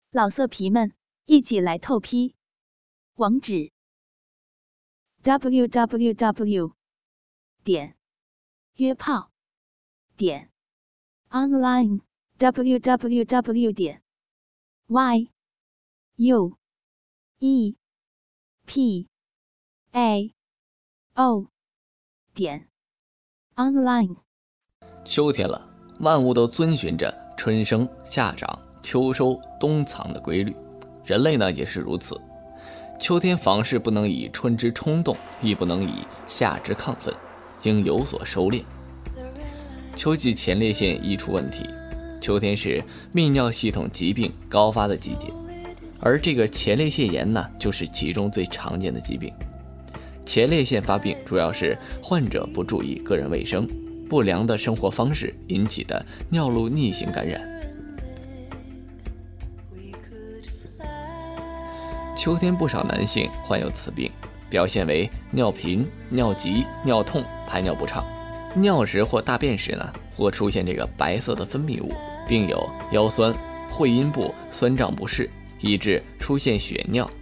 老色皮们，一起来透批！网址 www.约炮online www.yuepao.online。 秋天了，万物都遵循着春生夏长秋收冬藏的规律，人类呢也是如此。秋天房事不能以春之冲动，亦不能以夏之亢奋，应有所收敛。秋季前列腺易出问题，秋天是泌尿系统疾病高发的季节，而这个前列腺炎呢，就是其中最常见的疾病。前列腺发病主要是患者不注意个人卫生、不良的生活方式引起的尿路逆行感染。秋天不少男性患有此病，表现为尿频、尿急、尿痛、排尿不畅。尿时或大便时呢，或出现这个白色的分泌物，并有腰酸、会阴部酸胀不适，以致出现血尿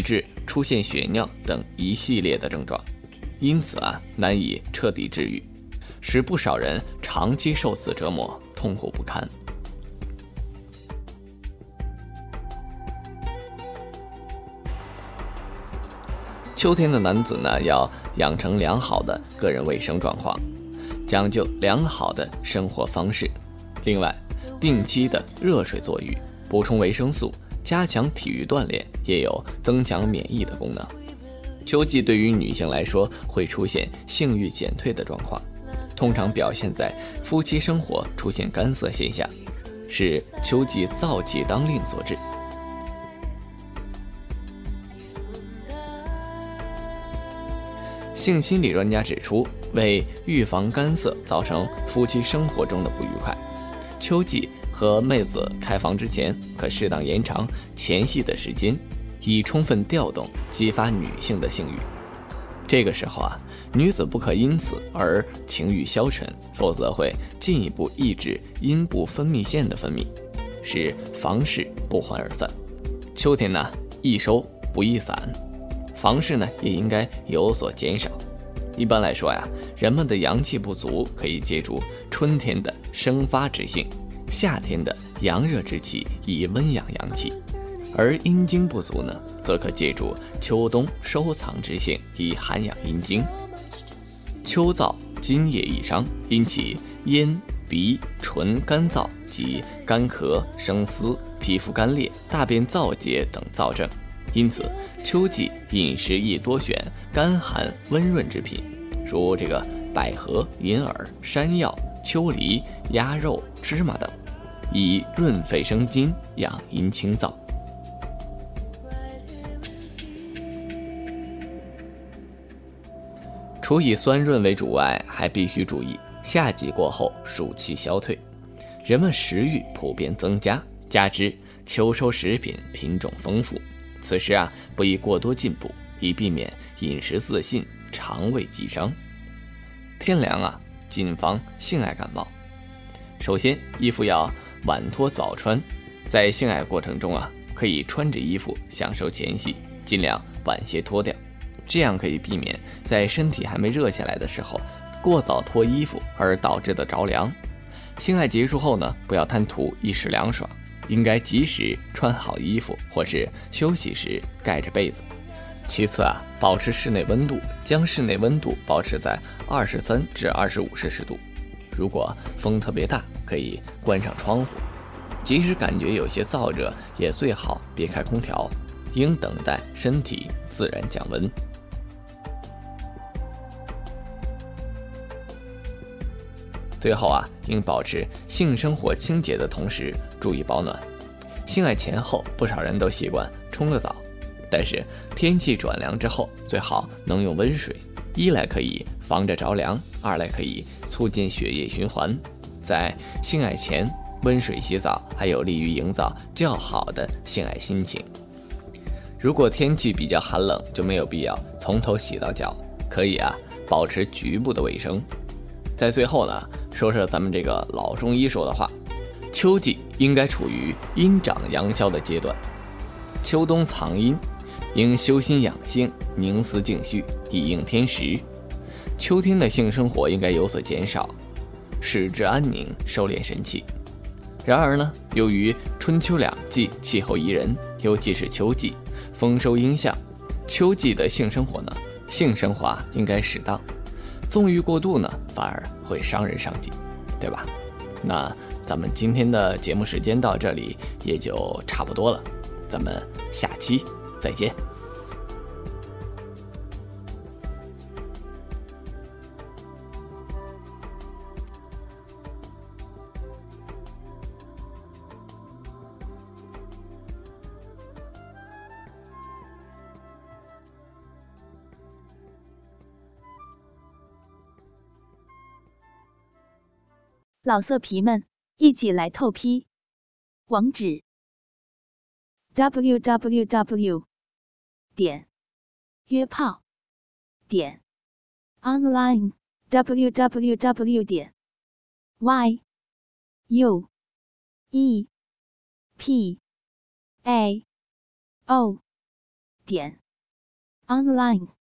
等一系列的症状。因此难以彻底治愈，使不少人长期受此折磨，痛苦不堪。秋天的男子呢，要养成良好的个人卫生状况，讲究良好的生活方式。另外，定期的热水坐浴，补充维生素，加强体育锻炼，也有增强免疫的功能。秋季对于女性来说，会出现性欲减退的状况，通常表现在夫妻生活出现干涩现象，是秋季燥气当令所致。性心理专家指出，为预防干涩造成夫妻生活中的不愉快，秋季和妹子开房之前，可适当延长前戏的时间，以充分调动激发女性的性欲。这个时候女子不可因此而情欲消沉，否则会进一步抑制阴部分泌腺的分泌，使房事不欢而散。秋天呢，易收不易散，房事呢也应该有所减少。一般来说人们的阳气不足，可以借助春天的生发之性，夏天的阳热之气以温养阳气，而阴经不足呢，则可借助秋冬收藏之性以涵养阴经。秋燥，津液易伤，引起咽、鼻、唇干燥及干咳、生丝、皮肤干裂、大便燥结等燥症。因此，秋季饮食宜多选甘寒温润之品，如这个百合、银耳、山药、秋梨、鸭肉、芝麻等，以润肺生津，养阴清燥。除以酸润为主外，还必须注意夏季过后暑气消退，人们食欲普遍增加，加之秋收食品品种丰富，此时不宜过多进补，以避免饮食自信，肠胃积伤。天凉谨防性爱感冒。首先，衣服要晚脱早穿，在性爱过程中可以穿着衣服享受前戏，尽量晚些脱掉，这样可以避免在身体还没热下来的时候过早脱衣服而导致的着凉。性爱结束后呢，不要贪图一时凉爽，应该及时穿好衣服，或是休息时盖着被子。其次保持室内温度，将室内温度保持在23至25摄氏度。如果风特别大，可以关上窗户。即使感觉有些燥热，也最好别开空调，应等待身体自然降温。最后应保持性生活清洁的同时，注意保暖。性爱前后，不少人都习惯冲个澡，但是天气转凉之后，最好能用温水，一来可以防着着凉，二来可以促进血液循环。在性爱前温水洗澡，还有利于营造较好的性爱心情。如果天气比较寒冷，就没有必要从头洗到脚，可以保持局部的卫生。在最后呢，说说咱们这个老中医说的话， 秋季应该处于阴长阳消的阶段，秋冬藏阴，应修心养性，凝思静绪，以应天时。秋天的性生活应该有所减少，使之安宁，收敛神气。然而呢，由于春秋两季气候宜人，尤其是秋季，丰收阴象，秋季的性生活应该适当，纵欲过度呢，反而会伤人伤己，对吧？那咱们今天的节目时间到这里也就差不多了，咱们下期再见。 老色皮们，一起来透批！网址 www.约炮.online www.yuepao.online